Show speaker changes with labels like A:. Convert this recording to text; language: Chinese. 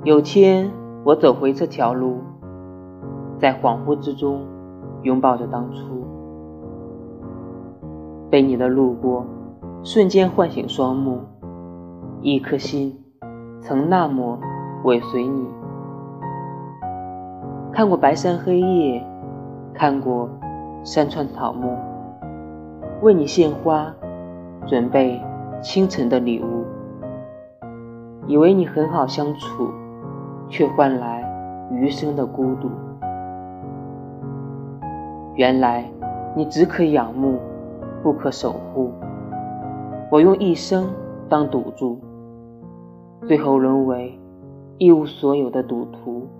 A: 有天我走回这条路，在恍惚之中拥抱着当初，被你的路过瞬间唤醒双目，一颗心曾那么尾随你。看过白山黑夜，看过山川草木，为你献花，准备清晨的礼物。以为你很好相处，却换来余生的孤独。原来你只可仰慕，不可守护。我用一生当赌注，最后沦为一无所有的赌徒。